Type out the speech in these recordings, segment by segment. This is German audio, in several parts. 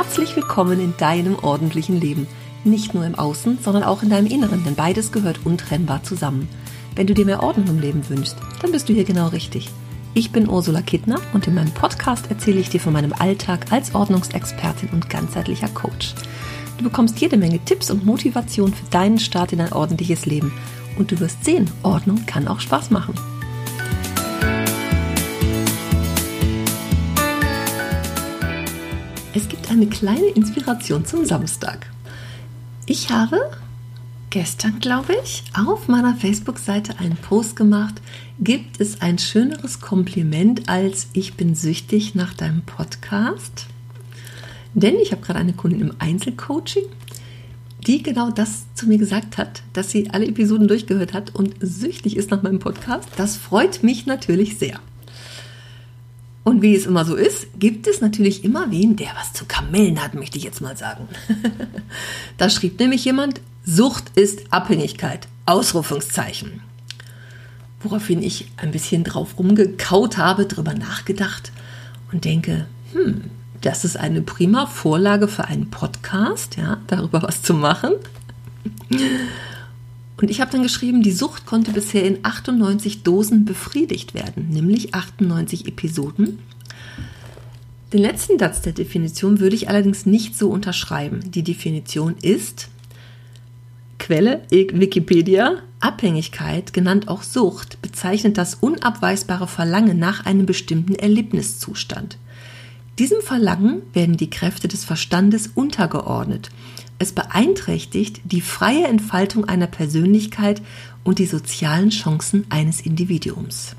Herzlich willkommen in deinem ordentlichen Leben. Nicht nur im Außen, sondern auch in deinem Inneren, denn beides gehört untrennbar zusammen. Wenn du dir mehr Ordnung im Leben wünschst, dann bist du hier genau richtig. Ich bin Ursula Kittner und in meinem Podcast erzähle ich dir von meinem Alltag als Ordnungsexpertin und ganzheitlicher Coach. Du bekommst jede Menge Tipps und Motivation für deinen Start in ein ordentliches Leben. Und du wirst sehen, Ordnung kann auch Spaß machen. Es gibt eine kleine Inspiration zum Samstag. Ich habe gestern, glaube ich, auf meiner Facebook-Seite einen Post gemacht. Gibt es ein schöneres Kompliment als "Ich bin süchtig nach deinem Podcast"? Denn ich habe gerade eine Kundin im Einzelcoaching, die genau das zu mir gesagt hat, dass sie alle Episoden durchgehört hat und süchtig ist nach meinem Podcast. Das freut mich natürlich sehr. Und wie es immer so ist, gibt es natürlich immer wen, der was zu kamellen hat, möchte ich jetzt mal sagen. Da schrieb nämlich jemand: Sucht ist Abhängigkeit, Ausrufungszeichen. Woraufhin ich ein bisschen drauf rumgekaut habe, drüber nachgedacht und denke, das ist eine prima Vorlage für einen Podcast, ja, darüber was zu machen. Und ich habe dann geschrieben, die Sucht konnte bisher in 98 Dosen befriedigt werden, nämlich 98 Episoden. Den letzten Satz der Definition würde ich allerdings nicht so unterschreiben. Die Definition ist, Quelle Wikipedia, Abhängigkeit, genannt auch Sucht, bezeichnet das unabweisbare Verlangen nach einem bestimmten Erlebniszustand. Diesem Verlangen werden die Kräfte des Verstandes untergeordnet. Es beeinträchtigt die freie Entfaltung einer Persönlichkeit und die sozialen Chancen eines Individuums.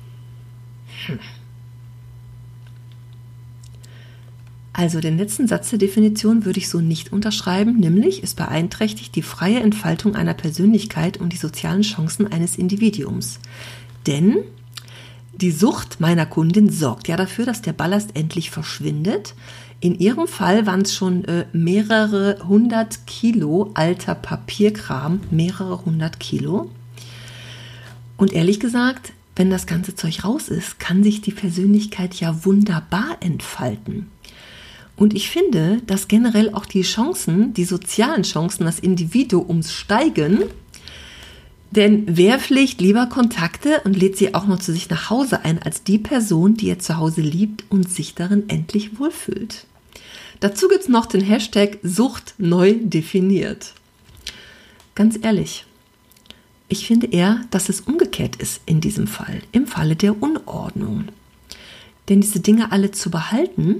Also den letzten Satz der Definition würde ich so nicht unterschreiben, nämlich es beeinträchtigt die freie Entfaltung einer Persönlichkeit und die sozialen Chancen eines Individuums. Denn die Sucht meiner Kundin sorgt ja dafür, dass der Ballast endlich verschwindet. In ihrem Fall waren es schon mehrere 100 Kilo alter Papierkram, mehrere 100 Kilo. Und ehrlich gesagt, wenn das ganze Zeug raus ist, kann sich die Persönlichkeit ja wunderbar entfalten. Und ich finde, dass generell auch die Chancen, die sozialen Chancen des Individuums steigen. Denn wer pflegt lieber Kontakte und lädt sie auch noch zu sich nach Hause ein, als die Person, die er zu Hause liebt und sich darin endlich wohlfühlt? Dazu gibt es noch den Hashtag Sucht neu definiert. Ganz ehrlich, ich finde eher, dass es umgekehrt ist in diesem Fall, im Falle der Unordnung. Denn diese Dinge alle zu behalten,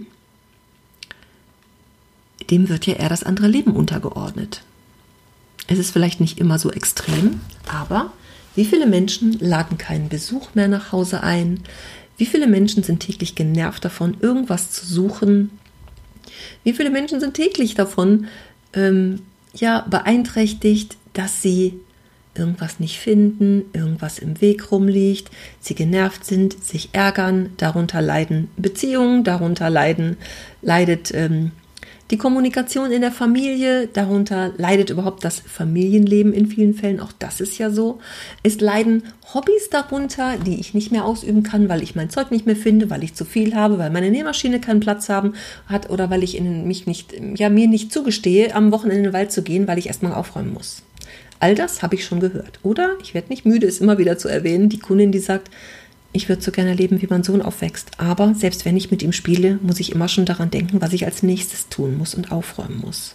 dem wird ja eher das andere Leben untergeordnet. Es ist vielleicht nicht immer so extrem, aber wie viele Menschen laden keinen Besuch mehr nach Hause ein? Wie viele Menschen sind täglich genervt davon, irgendwas zu suchen? Wie viele Menschen sind täglich davon beeinträchtigt, dass sie irgendwas nicht finden, irgendwas im Weg rumliegt, sie genervt sind, sich ärgern, darunter leiden Beziehungen, darunter leidet die Kommunikation in der Familie, darunter leidet überhaupt das Familienleben in vielen Fällen, auch das ist ja so. Es leiden Hobbys darunter, die ich nicht mehr ausüben kann, weil ich mein Zeug nicht mehr finde, weil ich zu viel habe, weil meine Nähmaschine keinen Platz hat oder weil ich mir nicht zugestehe, am Wochenende in den Wald zu gehen, weil ich erstmal aufräumen muss. All das habe ich schon gehört. Oder, ich werde nicht müde, es immer wieder zu erwähnen, die Kundin, die sagt, ich würde so gerne erleben, wie mein Sohn aufwächst. Aber selbst wenn ich mit ihm spiele, muss ich immer schon daran denken, was ich als nächstes tun muss und aufräumen muss.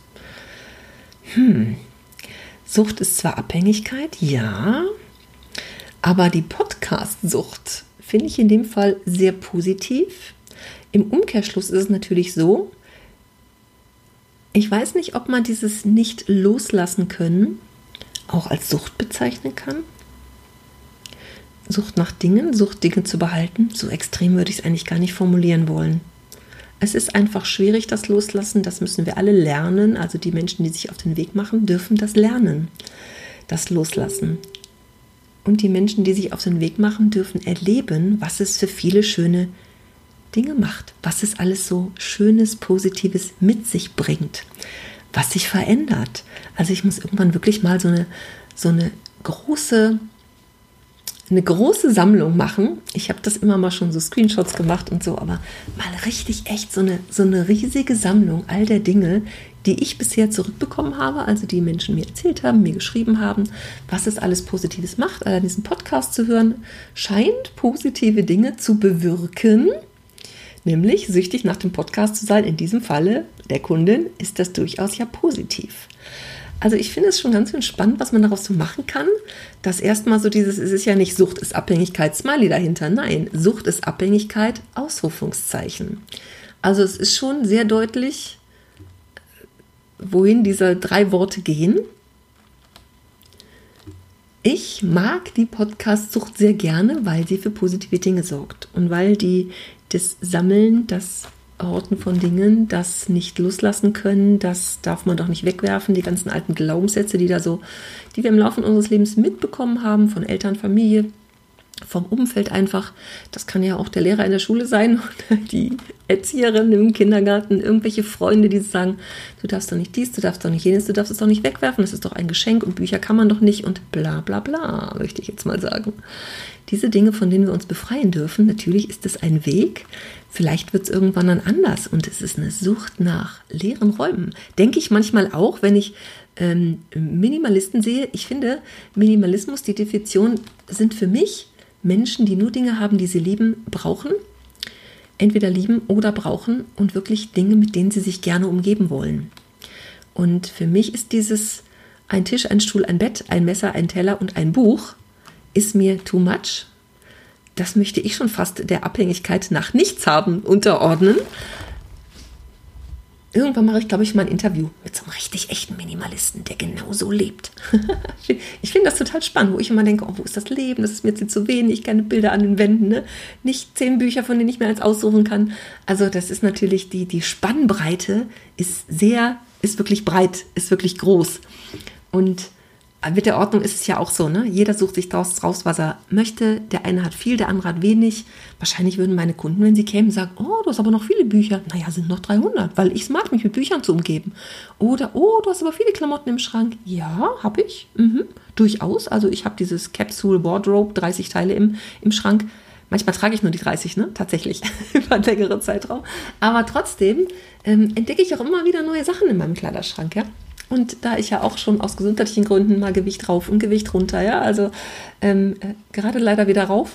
Sucht ist zwar Abhängigkeit, ja, aber die Podcast-Sucht finde ich in dem Fall sehr positiv. Im Umkehrschluss ist es natürlich so, ich weiß nicht, ob man dieses nicht loslassen können auch als Sucht bezeichnen kann. Sucht nach Dingen, Sucht Dinge zu behalten, so extrem würde ich es eigentlich gar nicht formulieren wollen. Es ist einfach schwierig, das Loslassen, das müssen wir alle lernen, also die Menschen, die sich auf den Weg machen, dürfen das lernen, das Loslassen. Und die Menschen, die sich auf den Weg machen, dürfen erleben, was es für viele schöne Dinge macht, was es alles so Schönes, Positives mit sich bringt, was sich verändert. Also ich muss irgendwann wirklich mal so eine große eine große Sammlung machen. Ich habe das immer mal schon so Screenshots gemacht und so, aber mal richtig echt so eine riesige Sammlung all der Dinge, die ich bisher zurückbekommen habe, also die Menschen mir erzählt haben, mir geschrieben haben, was es alles Positives macht, an diesem Podcast zu hören, scheint positive Dinge zu bewirken, nämlich süchtig nach dem Podcast zu sein. In diesem Falle der Kundin ist das durchaus ja positiv. Also ich finde es schon ganz schön spannend, was man daraus so machen kann, dass erstmal so es ist ja nicht Sucht ist Abhängigkeit, Smiley dahinter, nein, Sucht ist Abhängigkeit, Ausrufungszeichen. Also es ist schon sehr deutlich, wohin diese 3 Worte gehen. Ich mag die Podcast-Sucht sehr gerne, weil sie für positive Dinge sorgt und weil das Sammeln, das Horten von Dingen, das nicht loslassen können, das darf man doch nicht wegwerfen, die ganzen alten Glaubenssätze, die wir im Laufe unseres Lebens mitbekommen haben, von Eltern, Familie, vom Umfeld einfach. Das kann ja auch der Lehrer in der Schule sein oder die Erzieherin im Kindergarten, irgendwelche Freunde, die sagen, du darfst doch nicht dies, du darfst doch nicht jenes, du darfst es doch nicht wegwerfen, das ist doch ein Geschenk und Bücher kann man doch nicht und bla bla bla, möchte ich jetzt mal sagen. Diese Dinge, von denen wir uns befreien dürfen, natürlich ist es ein Weg, vielleicht wird es irgendwann dann anders und es ist eine Sucht nach leeren Räumen. Denke ich manchmal auch, wenn ich Minimalisten sehe. Ich finde, Minimalismus, die Definition sind für mich Menschen, die nur Dinge haben, die sie lieben, brauchen, entweder lieben oder brauchen und wirklich Dinge, mit denen sie sich gerne umgeben wollen. Und für mich ist dieses ein Tisch, ein Stuhl, ein Bett, ein Messer, ein Teller und ein Buch ist mir too much. Das möchte ich schon fast der Abhängigkeit nach nichts haben unterordnen. Irgendwann mache ich, glaube ich, mal ein Interview mit so einem richtig echten Minimalisten, der genau so lebt. Ich finde das total spannend, wo ich immer denke, wo ist das Leben? Das ist mir jetzt zu wenig, keine Bilder an den Wänden, ne? Nicht 10 Bücher, von denen ich mir eins aussuchen kann. Also das ist natürlich, die Spannbreite ist wirklich breit, ist wirklich groß. Und mit der Ordnung ist es ja auch so, ne? Jeder sucht sich daraus raus, was er möchte. Der eine hat viel, der andere hat wenig. Wahrscheinlich würden meine Kunden, wenn sie kämen, sagen, oh, du hast aber noch viele Bücher. Naja, sind noch 300, weil ich es mag, mich mit Büchern zu umgeben. Oder, oh, du hast aber viele Klamotten im Schrank. Ja, habe ich. Durchaus. Also ich habe dieses Capsule Wardrobe, 30 Teile im Schrank. Manchmal trage ich nur die 30, ne? Tatsächlich, über einen längeren Zeitraum. Aber trotzdem entdecke ich auch immer wieder neue Sachen in meinem Kleiderschrank, ja? Und da ich ja auch schon aus gesundheitlichen Gründen mal Gewicht rauf und Gewicht runter, ja, also gerade leider wieder rauf.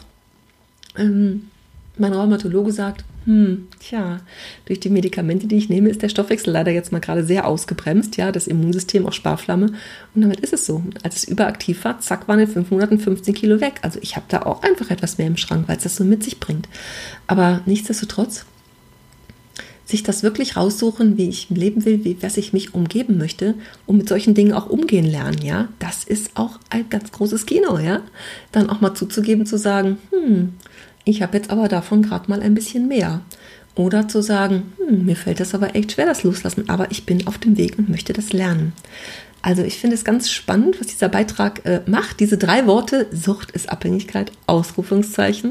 Mein Rheumatologe sagt, durch die Medikamente, die ich nehme, ist der Stoffwechsel leider jetzt mal gerade sehr ausgebremst, ja, das Immunsystem auf Sparflamme. Und damit ist es so. Als es überaktiv war, zack, waren in 5 Monaten 15 Kilo weg. Also ich habe da auch einfach etwas mehr im Schrank, weil es das so mit sich bringt. Aber nichtsdestotrotz, sich das wirklich raussuchen, wie ich leben will, was ich mich umgeben möchte und mit solchen Dingen auch umgehen lernen, ja, das ist auch ein ganz großes Kino, ja, dann auch mal zuzugeben, zu sagen, ich habe jetzt aber davon gerade mal ein bisschen mehr oder zu sagen, mir fällt das aber echt schwer, das loslassen, aber ich bin auf dem Weg und möchte das lernen. Also ich finde es ganz spannend, was dieser Beitrag macht, diese 3 Worte, Sucht ist Abhängigkeit, Ausrufungszeichen.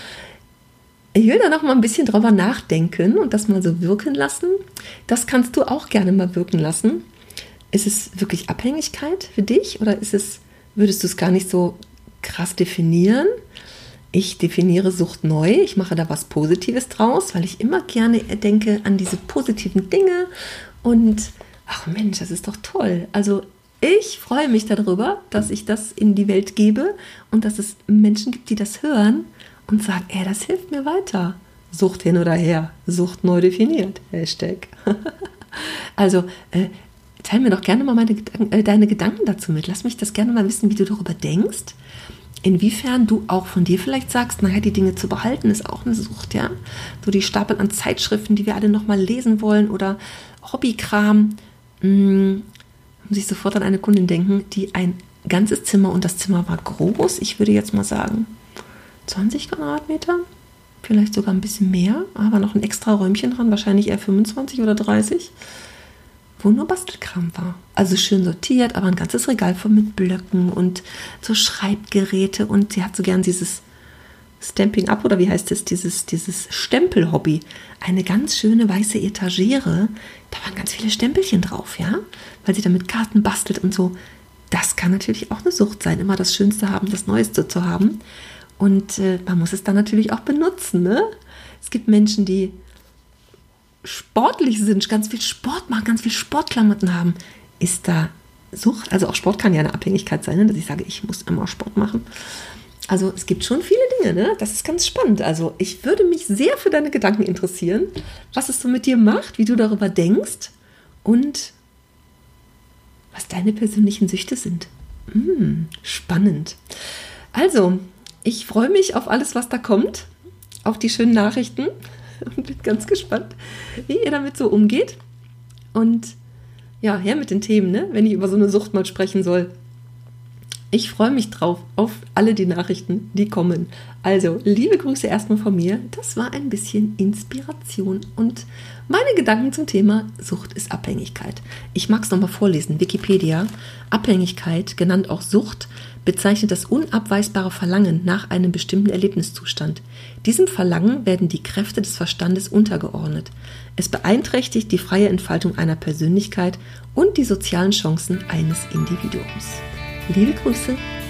Ich will da noch mal ein bisschen drüber nachdenken und das mal so wirken lassen. Das kannst du auch gerne mal wirken lassen. Ist es wirklich Abhängigkeit für dich oder würdest du es gar nicht so krass definieren? Ich definiere Sucht neu. Ich mache da was Positives draus, weil ich immer gerne denke an diese positiven Dinge und ach Mensch, das ist doch toll. Also ich freue mich darüber, dass ich das in die Welt gebe und dass es Menschen gibt, die das hören und sagen, das hilft mir weiter. Sucht hin oder her. Sucht neu definiert. Hashtag. Also, teil mir doch gerne mal deine Gedanken dazu mit. Lass mich das gerne mal wissen, wie du darüber denkst. Inwiefern du auch von dir vielleicht sagst, naja, die Dinge zu behalten ist auch eine Sucht, ja. So die Stapel an Zeitschriften, die wir alle nochmal lesen wollen oder Hobbykram. Muss ich sofort an eine Kundin denken, die ein ganzes Zimmer und das Zimmer war groß. Ich würde jetzt mal sagen, 20 Quadratmeter, vielleicht sogar ein bisschen mehr, aber noch ein extra Räumchen dran, wahrscheinlich eher 25 oder 30, wo nur Bastelkram war. Also schön sortiert, aber ein ganzes Regal voll mit Blöcken und so Schreibgeräte und sie hat so gern dieses Stamping Up oder wie heißt es, dieses Stempel-Hobby. Eine ganz schöne weiße Etagere, da waren ganz viele Stempelchen drauf, ja, weil sie damit Karten bastelt und so. das kann natürlich auch eine Sucht sein, immer das Schönste haben, das Neueste zu haben. Und man muss es dann natürlich auch benutzen. Ne? Es gibt Menschen, die sportlich sind, ganz viel Sport machen, ganz viel Sportklamotten haben. Ist da Sucht? Also auch Sport kann ja eine Abhängigkeit sein, ne? Dass ich sage, ich muss immer Sport machen. Also es gibt schon viele Dinge, ne? Das ist ganz spannend. Also ich würde mich sehr für deine Gedanken interessieren, was es so mit dir macht, wie du darüber denkst und was deine persönlichen Süchte sind. Spannend. Also, ich freue mich auf alles, was da kommt, auf die schönen Nachrichten und bin ganz gespannt, wie ihr damit so umgeht. Und ja, her mit den Themen, ne? Wenn ich über so eine Sucht mal sprechen soll. Ich freue mich drauf, auf alle die Nachrichten, die kommen. Also, liebe Grüße erstmal von mir. Das war ein bisschen Inspiration und meine Gedanken zum Thema Sucht ist Abhängigkeit. Ich mag es nochmal vorlesen. Wikipedia. Abhängigkeit, genannt auch Sucht, bezeichnet das unabweisbare Verlangen nach einem bestimmten Erlebniszustand. Diesem Verlangen werden die Kräfte des Verstandes untergeordnet. Es beeinträchtigt die freie Entfaltung einer Persönlichkeit und die sozialen Chancen eines Individuums. Liebe Grüße.